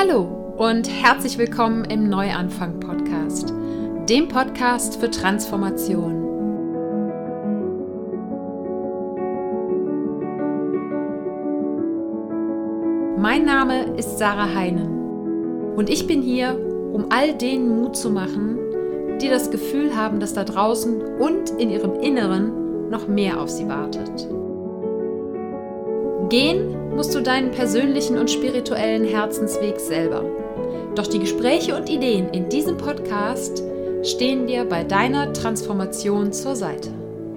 Hallo und herzlich willkommen im Neuanfang-Podcast, dem Podcast für Transformation. Mein Name ist Sarah Heinen und ich bin hier, um all denen Mut zu machen, die das Gefühl haben, dass da draußen und in ihrem Inneren noch mehr auf sie wartet. Gehen musst du deinen persönlichen und spirituellen Herzensweg selber. Doch die Gespräche und Ideen in diesem Podcast stehen dir bei deiner Transformation zur Seite.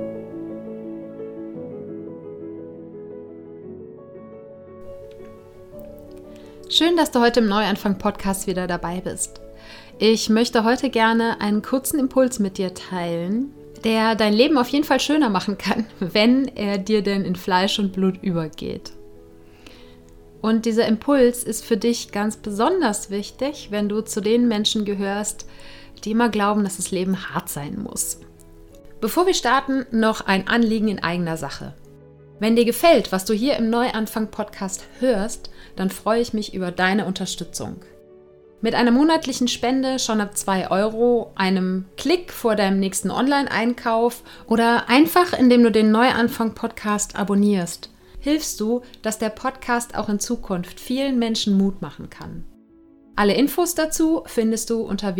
Schön, dass du heute im Neuanfang-Podcast wieder dabei bist. Ich möchte heute gerne einen kurzen Impuls mit dir teilen, der dein Leben auf jeden Fall schöner machen kann, wenn er dir denn in Fleisch und Blut übergeht. Und dieser Impuls ist für dich ganz besonders wichtig, wenn du zu den Menschen gehörst, die immer glauben, dass das Leben hart sein muss. Bevor wir starten, noch ein Anliegen in eigener Sache. Wenn dir gefällt, was du hier im Neuanfang-Podcast hörst, dann freue ich mich über deine Unterstützung. Mit einer monatlichen Spende schon ab 2 Euro, einem Klick vor deinem nächsten Online-Einkauf oder einfach, indem du den Neuanfang-Podcast abonnierst, hilfst du, dass der Podcast auch in Zukunft vielen Menschen Mut machen kann. Alle Infos dazu findest du unter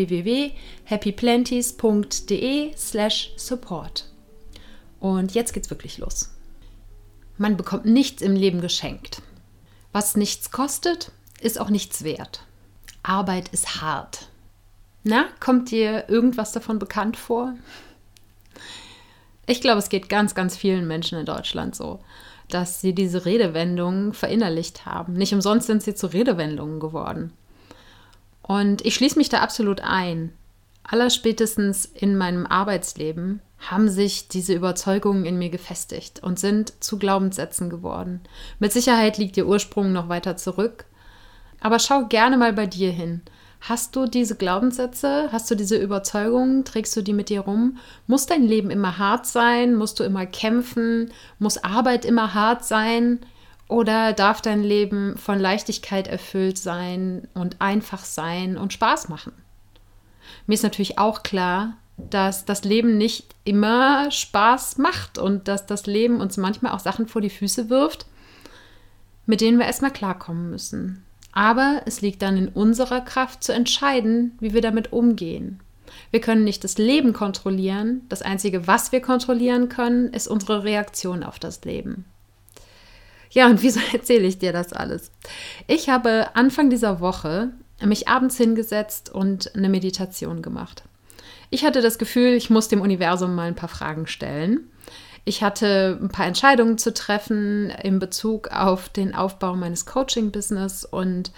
www.happyplanties.de/support. Und jetzt geht's wirklich los. Man bekommt nichts im Leben geschenkt. Was nichts kostet, ist auch nichts wert. Arbeit ist hart. Na, kommt dir irgendwas davon bekannt vor? Ich glaube, es geht ganz, ganz vielen Menschen in Deutschland so, dass sie diese Redewendungen verinnerlicht haben. Nicht umsonst sind sie zu Redewendungen geworden. Und ich schließe mich da absolut ein. Allerspätestens in meinem Arbeitsleben haben sich diese Überzeugungen in mir gefestigt und sind zu Glaubenssätzen geworden. Mit Sicherheit liegt ihr Ursprung noch weiter zurück. Aber schau gerne mal bei dir hin. Hast du diese Glaubenssätze? Hast du diese Überzeugungen? Trägst du die mit dir rum? Muss dein Leben immer hart sein? Musst du immer kämpfen? Muss Arbeit immer hart sein? Oder darf dein Leben von Leichtigkeit erfüllt sein und einfach sein und Spaß machen? Mir ist natürlich auch klar, dass das Leben nicht immer Spaß macht und dass das Leben uns manchmal auch Sachen vor die Füße wirft, mit denen wir erstmal klarkommen müssen. Aber es liegt dann in unserer Kraft zu entscheiden, wie wir damit umgehen. Wir können nicht das Leben kontrollieren. Das Einzige, was wir kontrollieren können, ist unsere Reaktion auf das Leben. Ja, und wieso erzähle ich dir das alles? Ich habe Anfang dieser Woche mich abends hingesetzt und eine Meditation gemacht. Ich hatte das Gefühl, ich muss dem Universum mal ein paar Fragen stellen. Ich hatte ein paar Entscheidungen zu treffen in Bezug auf den Aufbau meines Coaching-Business und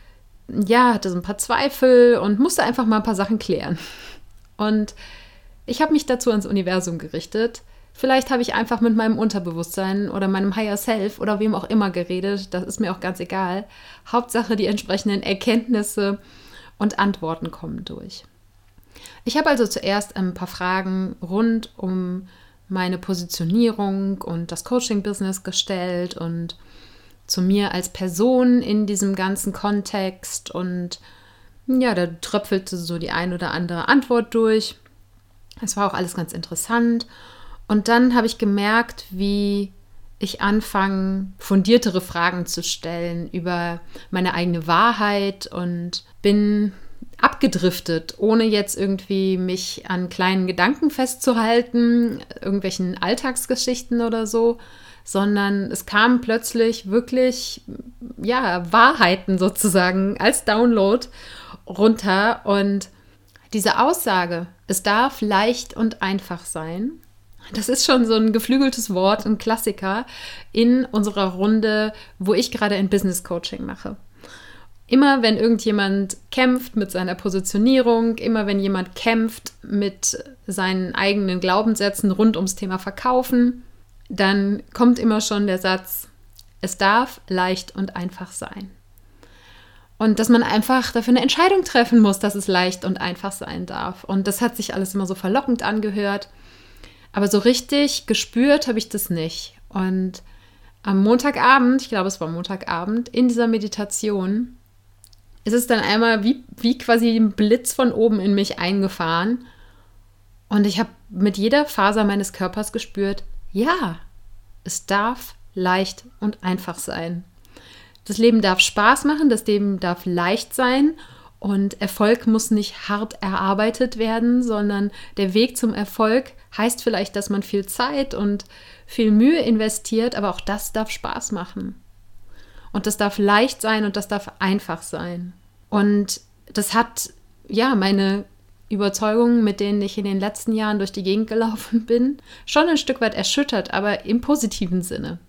ja, hatte so ein paar Zweifel und musste einfach mal ein paar Sachen klären. Und ich habe mich dazu ans Universum gerichtet. Vielleicht habe ich einfach mit meinem Unterbewusstsein oder meinem Higher Self oder wem auch immer geredet. Das ist mir auch ganz egal. Hauptsache, die entsprechenden Erkenntnisse und Antworten kommen durch. Ich habe also zuerst ein paar Fragen rund um meine Positionierung und das Coaching-Business gestellt und zu mir als Person in diesem ganzen Kontext. Und ja, da tröpfelte so die ein oder andere Antwort durch. Es war auch alles ganz interessant. Und dann habe ich gemerkt, wie ich anfange, fundiertere Fragen zu stellen über meine eigene Wahrheit und bin abgedriftet, ohne jetzt irgendwie mich an kleinen Gedanken festzuhalten, irgendwelchen Alltagsgeschichten oder so, sondern es kamen plötzlich wirklich, ja, Wahrheiten sozusagen als Download runter und diese Aussage, es darf leicht und einfach sein, das ist schon so ein geflügeltes Wort, ein Klassiker in unserer Runde, wo ich gerade ein Business Coaching mache. Immer wenn irgendjemand kämpft mit seiner Positionierung, immer wenn jemand kämpft mit seinen eigenen Glaubenssätzen rund ums Thema Verkaufen, dann kommt immer schon der Satz, es darf leicht und einfach sein. Und dass man einfach dafür eine Entscheidung treffen muss, dass es leicht und einfach sein darf. Und das hat sich alles immer so verlockend angehört. Aber so richtig gespürt habe ich das nicht. Und am Montagabend, ich glaube es war Montagabend, in dieser Meditation ist es dann einmal wie quasi ein Blitz von oben in mich eingefahren. Und ich habe mit jeder Faser meines Körpers gespürt, ja, es darf leicht und einfach sein. Das Leben darf Spaß machen, das Leben darf leicht sein und Erfolg muss nicht hart erarbeitet werden, sondern der Weg zum Erfolg heißt vielleicht, dass man viel Zeit und viel Mühe investiert, aber auch das darf Spaß machen. Und das darf leicht sein und das darf einfach sein. Und das hat, ja, meine Überzeugungen, mit denen ich in den letzten Jahren durch die Gegend gelaufen bin, schon ein Stück weit erschüttert, aber im positiven Sinne.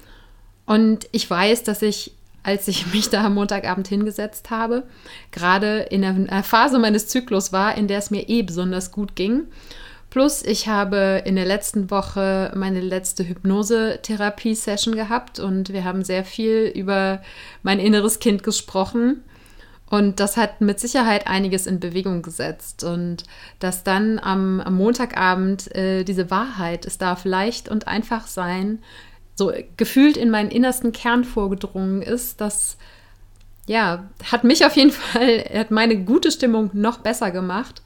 Und ich weiß, dass ich, als ich mich da am Montagabend hingesetzt habe, gerade in einer Phase meines Zyklus war, in der es mir besonders gut ging. Plus, ich habe in der letzten Woche meine letzte Hypnose-Therapie-Session gehabt und wir haben sehr viel über mein inneres Kind gesprochen. Und das hat mit Sicherheit einiges in Bewegung gesetzt. Und dass dann am Montagabend diese Wahrheit, es darf leicht und einfach sein, so gefühlt in meinen innersten Kern vorgedrungen ist, das ja, hat mich auf jeden Fall, hat meine gute Stimmung noch besser gemacht.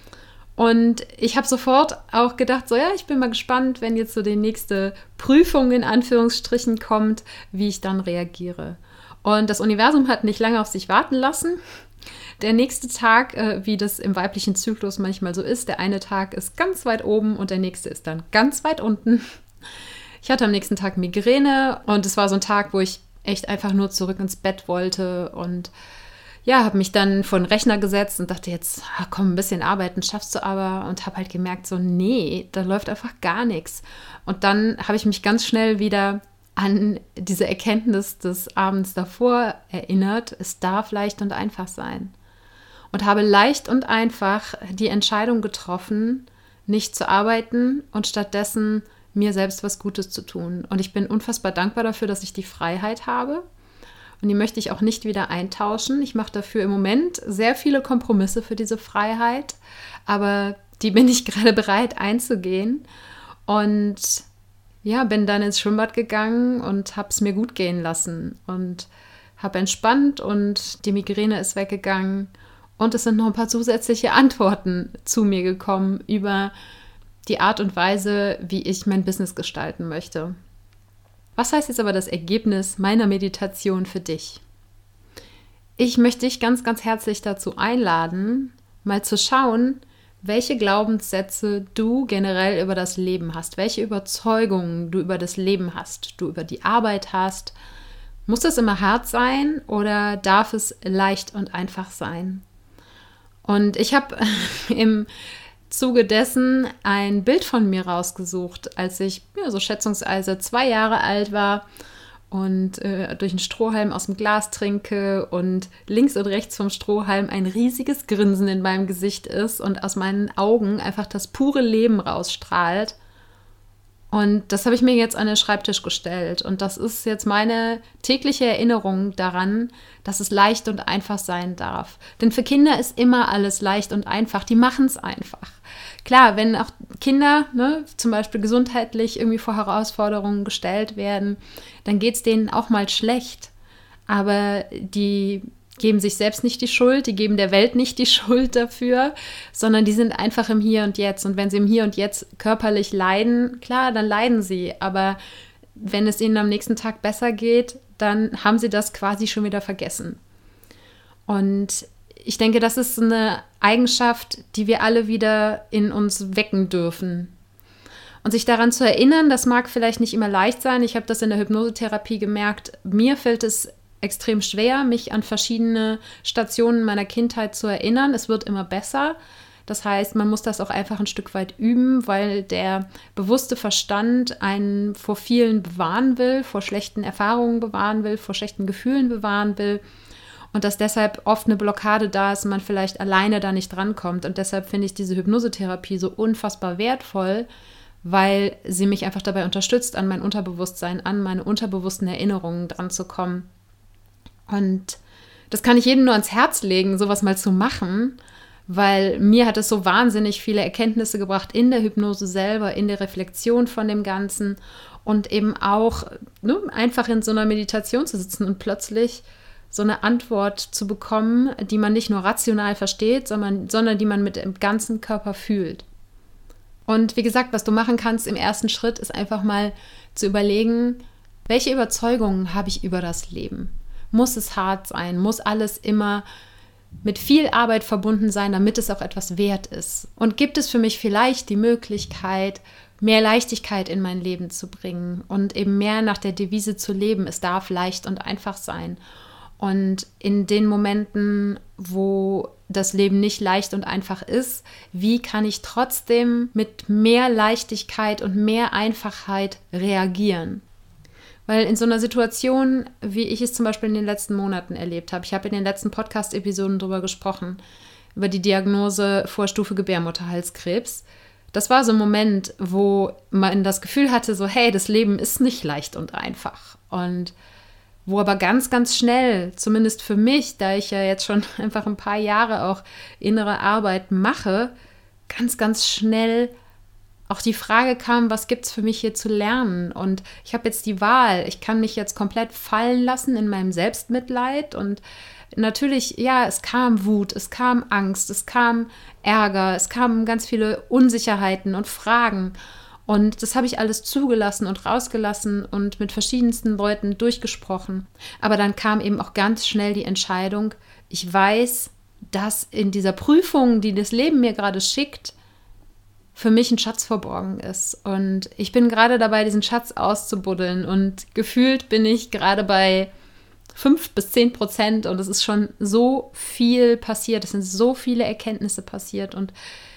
Und ich habe sofort auch gedacht, so ja, ich bin mal gespannt, wenn jetzt so die nächste Prüfung in Anführungsstrichen kommt, wie ich dann reagiere. Und das Universum hat nicht lange auf sich warten lassen. Der nächste Tag, wie das im weiblichen Zyklus manchmal so ist, der eine Tag ist ganz weit oben und der nächste ist dann ganz weit unten. Ich hatte am nächsten Tag Migräne und es war so ein Tag, wo ich echt einfach nur zurück ins Bett wollte und ja, habe mich dann vor den Rechner gesetzt und dachte jetzt, komm, ein bisschen arbeiten, schaffst du aber. Und habe halt gemerkt, so nee, da läuft einfach gar nichts. Und dann habe ich mich ganz schnell wieder an diese Erkenntnis des Abends davor erinnert, es darf leicht und einfach sein. Und habe leicht und einfach die Entscheidung getroffen, nicht zu arbeiten und stattdessen mir selbst was Gutes zu tun. Und ich bin unfassbar dankbar dafür, dass ich die Freiheit habe. Und die möchte ich auch nicht wieder eintauschen. Ich mache dafür im Moment sehr viele Kompromisse für diese Freiheit, aber die bin ich gerade bereit einzugehen. Und ja, bin dann ins Schwimmbad gegangen und habe es mir gut gehen lassen und habe entspannt und die Migräne ist weggegangen. Und es sind noch ein paar zusätzliche Antworten zu mir gekommen über die Art und Weise, wie ich mein Business gestalten möchte. Was heißt jetzt aber das Ergebnis meiner Meditation für dich? Ich möchte dich ganz, ganz herzlich dazu einladen, mal zu schauen, welche Glaubenssätze du generell über das Leben hast, welche Überzeugungen du über das Leben hast, du über die Arbeit hast. Muss das immer hart sein oder darf es leicht und einfach sein? Und ich habe im Zuge dessen ein Bild von mir rausgesucht, als ich so schätzungsweise 2 Jahre alt war und durch einen Strohhalm aus dem Glas trinke und links und rechts vom Strohhalm ein riesiges Grinsen in meinem Gesicht ist und aus meinen Augen einfach das pure Leben rausstrahlt. Und das habe ich mir jetzt an den Schreibtisch gestellt. Und das ist jetzt meine tägliche Erinnerung daran, dass es leicht und einfach sein darf. Denn für Kinder ist immer alles leicht und einfach. Die machen es einfach. Klar, wenn auch Kinder zum Beispiel gesundheitlich irgendwie vor Herausforderungen gestellt werden, dann geht es denen auch mal schlecht. Aber die geben sich selbst nicht die Schuld, die geben der Welt nicht die Schuld dafür, sondern die sind einfach im Hier und Jetzt. Und wenn sie im Hier und Jetzt körperlich leiden, klar, dann leiden sie. Aber wenn es ihnen am nächsten Tag besser geht, dann haben sie das quasi schon wieder vergessen. Und ich denke, das ist eine Eigenschaft, die wir alle wieder in uns wecken dürfen. Und sich daran zu erinnern, das mag vielleicht nicht immer leicht sein. Ich habe das in der Hypnosetherapie gemerkt. Mir fällt es extrem schwer, mich an verschiedene Stationen meiner Kindheit zu erinnern. Es wird immer besser. Das heißt, man muss das auch einfach ein Stück weit üben, weil der bewusste Verstand einen vor vielen bewahren will, vor schlechten Erfahrungen bewahren will, vor schlechten Gefühlen bewahren will. Und dass deshalb oft eine Blockade da ist und man vielleicht alleine da nicht drankommt. Und deshalb finde ich diese Hypnosetherapie so unfassbar wertvoll, weil sie mich einfach dabei unterstützt, an mein Unterbewusstsein, an meine unterbewussten Erinnerungen dran zu kommen. Und das kann ich jedem nur ans Herz legen, sowas mal zu machen, weil mir hat es so wahnsinnig viele Erkenntnisse gebracht in der Hypnose selber, in der Reflexion von dem Ganzen und eben auch einfach in so einer Meditation zu sitzen und plötzlich so eine Antwort zu bekommen, die man nicht nur rational versteht, sondern die man mit dem ganzen Körper fühlt. Und wie gesagt, was du machen kannst im ersten Schritt, ist einfach mal zu überlegen, welche Überzeugungen habe ich über das Leben? Muss es hart sein? Muss alles immer mit viel Arbeit verbunden sein, damit es auch etwas wert ist? Und gibt es für mich vielleicht die Möglichkeit, mehr Leichtigkeit in mein Leben zu bringen und eben mehr nach der Devise zu leben, es darf leicht und einfach sein? Und in den Momenten, wo das Leben nicht leicht und einfach ist, wie kann ich trotzdem mit mehr Leichtigkeit und mehr Einfachheit reagieren? Weil in so einer Situation, wie ich es zum Beispiel in den letzten Monaten erlebt habe, ich habe in den letzten Podcast-Episoden darüber gesprochen, über die Diagnose Vorstufe Gebärmutterhalskrebs. Das war so ein Moment, wo man das Gefühl hatte, so hey, das Leben ist nicht leicht und einfach. Und wo aber ganz, ganz schnell, zumindest für mich, da ich ja jetzt schon einfach ein paar Jahre auch innere Arbeit mache, ganz, ganz schnell auch die Frage kam, was gibt es für mich hier zu lernen? Und ich habe jetzt die Wahl, ich kann mich jetzt komplett fallen lassen in meinem Selbstmitleid und natürlich, ja, es kam Wut, es kam Angst, es kam Ärger, es kamen ganz viele Unsicherheiten und Fragen. Und das habe ich alles zugelassen und rausgelassen und mit verschiedensten Leuten durchgesprochen. Aber dann kam eben auch ganz schnell die Entscheidung, ich weiß, dass in dieser Prüfung, die das Leben mir gerade schickt, für mich ein Schatz verborgen ist. Und ich bin gerade dabei, diesen Schatz auszubuddeln. Und gefühlt bin ich gerade bei 5-10% und es ist schon so viel passiert. Es sind so viele Erkenntnisse passiert und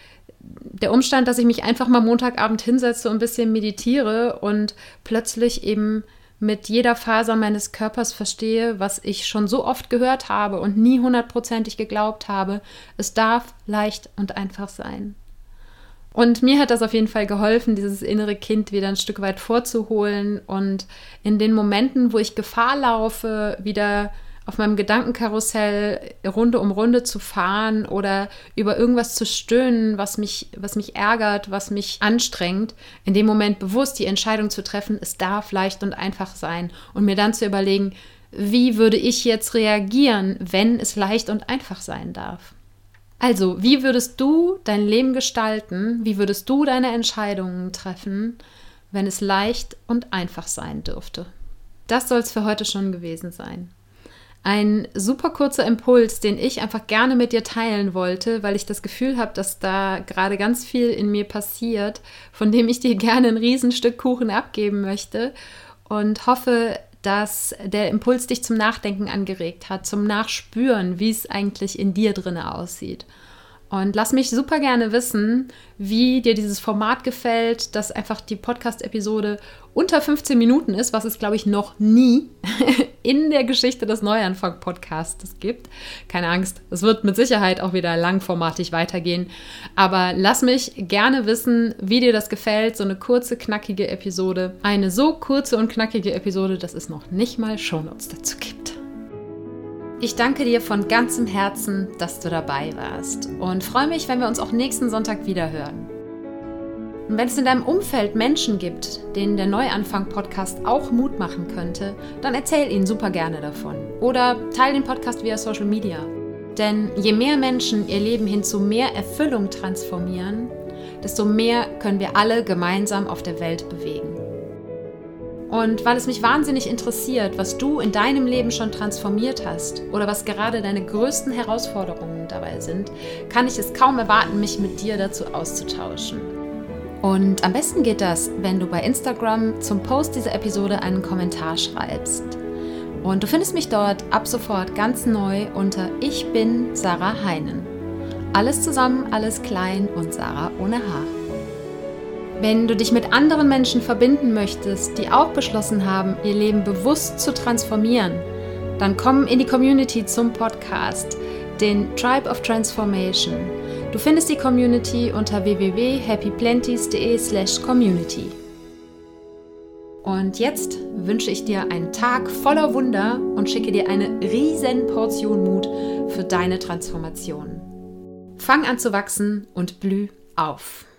der Umstand, dass ich mich einfach mal Montagabend hinsetze und ein bisschen meditiere und plötzlich eben mit jeder Faser meines Körpers verstehe, was ich schon so oft gehört habe und nie 100%ig geglaubt habe, es darf leicht und einfach sein. Und mir hat das auf jeden Fall geholfen, dieses innere Kind wieder ein Stück weit vorzuholen und in den Momenten, wo ich Gefahr laufe, wieder auf meinem Gedankenkarussell Runde um Runde zu fahren oder über irgendwas zu stöhnen, was mich ärgert, was mich anstrengt, in dem Moment bewusst die Entscheidung zu treffen, es darf leicht und einfach sein und mir dann zu überlegen, wie würde ich jetzt reagieren, wenn es leicht und einfach sein darf? Also, wie würdest du dein Leben gestalten? Wie würdest du deine Entscheidungen treffen, wenn es leicht und einfach sein dürfte? Das soll es für heute schon gewesen sein. Ein super kurzer Impuls, den ich einfach gerne mit dir teilen wollte, weil ich das Gefühl habe, dass da gerade ganz viel in mir passiert, von dem ich dir gerne ein Riesenstück Kuchen abgeben möchte und hoffe, dass der Impuls dich zum Nachdenken angeregt hat, zum Nachspüren, wie es eigentlich in dir drinne aussieht. Und lass mich super gerne wissen, wie dir dieses Format gefällt, dass einfach die Podcast-Episode unter 15 Minuten ist, was es, glaube ich, noch nie in der Geschichte des Neuanfang-Podcasts gibt. Keine Angst, es wird mit Sicherheit auch wieder langformatig weitergehen. Aber lass mich gerne wissen, wie dir das gefällt, so eine kurze, knackige Episode. Eine so kurze und knackige Episode, dass es noch nicht mal Shownotes dazu gibt. Ich danke dir von ganzem Herzen, dass du dabei warst und freue mich, wenn wir uns auch nächsten Sonntag wieder hören. Und wenn es in deinem Umfeld Menschen gibt, denen der Neuanfang-Podcast auch Mut machen könnte, dann erzähl ihnen super gerne davon. Oder teile den Podcast via Social Media. Denn je mehr Menschen ihr Leben hin zu mehr Erfüllung transformieren, desto mehr können wir alle gemeinsam auf der Welt bewegen. Und weil es mich wahnsinnig interessiert, was du in deinem Leben schon transformiert hast oder was gerade deine größten Herausforderungen dabei sind, kann ich es kaum erwarten, mich mit dir dazu auszutauschen. Und am besten geht das, wenn du bei Instagram zum Post dieser Episode einen Kommentar schreibst. Und du findest mich dort ab sofort ganz neu unter Ich bin Sarah Heinen. Alles zusammen, alles klein und Sarah ohne H. Wenn du dich mit anderen Menschen verbinden möchtest, die auch beschlossen haben, ihr Leben bewusst zu transformieren, dann komm in die Community zum Podcast, den Tribe of Transformation. Du findest die Community unter www.happyplenties.de/community. Und jetzt wünsche ich dir einen Tag voller Wunder und schicke dir eine riesen Portion Mut für deine Transformation. Fang an zu wachsen und blüh auf.